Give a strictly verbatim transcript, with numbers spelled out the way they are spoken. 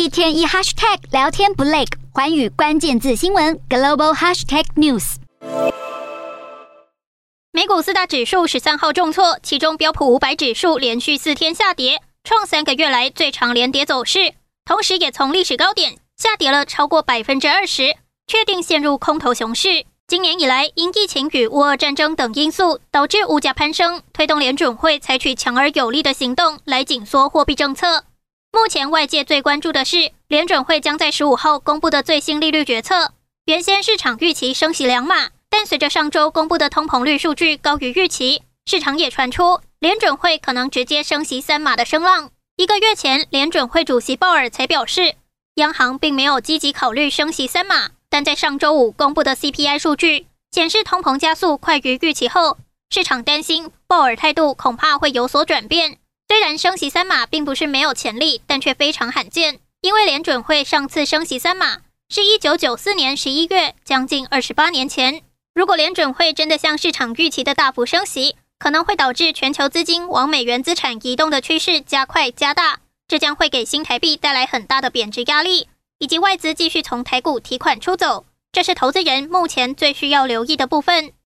一天一 hashtag 聊天不累，寰宇关键字新闻 global hashtag news。 美股四大指数十三号重挫，其中标普五百指数连续四天下跌，创三个月来最长连跌走势，同时也从历史高点下跌了超过百分之二十，确定陷入空头熊市。今年以来，因疫情与乌俄战争等因素，导致物价攀升，推动联准会采取强而有力的行动来紧缩货币政策。目前外界最关注的是，联准会将在十五号公布的最新利率决策。原先市场预期升息两码，但随着上周公布的通膨率数据高于预期，市场也传出联准会可能直接升息三码的声浪。一个月前，联准会主席鲍尔才表示，央行并没有积极考虑升息三码，但在上周五公布的 C P I 数据显示通膨加速快于预期后，市场担心鲍尔态度恐怕会有所转变。虽然升息三码并不是没有潜力，但却非常罕见，因为联准会上次升息三码是一九九四年十一月，将近二十八年前。如果联准会真的像市场预期的大幅升息，可能会导致全球资金往美元资产移动的趋势加快加大，这将会给新台币带来很大的贬值压力，以及外资继续从台股提款出走，这是投资人目前最需要留意的部分。